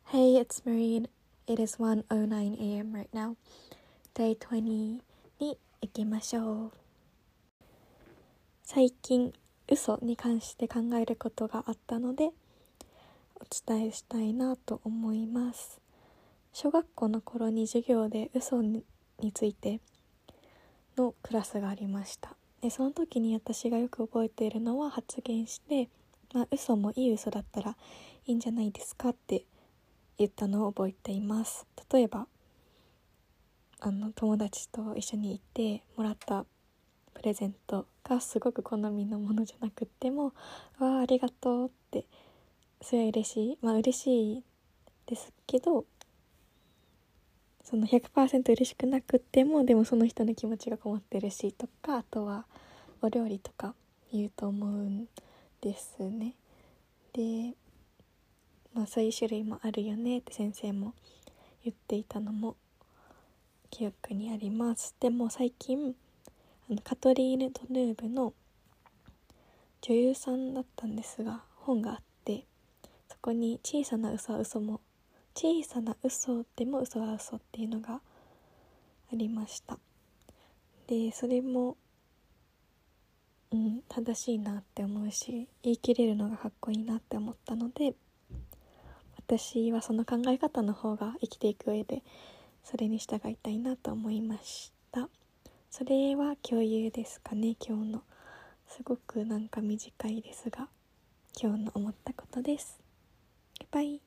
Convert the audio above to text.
Hey, it's Marine. It is 1:09 a.m. right now. Day 20に行きましょう。最近、嘘に関して考えることがあったので、お伝えしたいなと思います。小学校の頃に授業で嘘についてのクラスがありました。で、その時に私がよく覚えているのは発言して、嘘もいい嘘だったらいいんじゃないですかって言ったのを覚えています。例えば友達と一緒に行ってもらったプレゼントがすごく好みのものじゃなくってもありがとうってそれは嬉しい、嬉しいですけど、その 100% 嬉しくなくってもでもその人の気持ちがこもってるしとか、あとはお料理とか言うと思うんですね。で、そういう種類もあるよねって先生も言っていたのも記憶にあります。でも最近カトリーヌ・ドヌーブの女優さんだったんですが本があって、そこに小さな嘘は嘘も小さな嘘でも嘘は嘘っていうのがありました。でそれも正しいなって思うし、言い切れるのがかっこいいなって思ったので、私はその考え方の方が生きていく上でそれに従いたいなと思いました。それは共有ですかね。今日のすごく短いですが今日の思ったことです。バイバイ。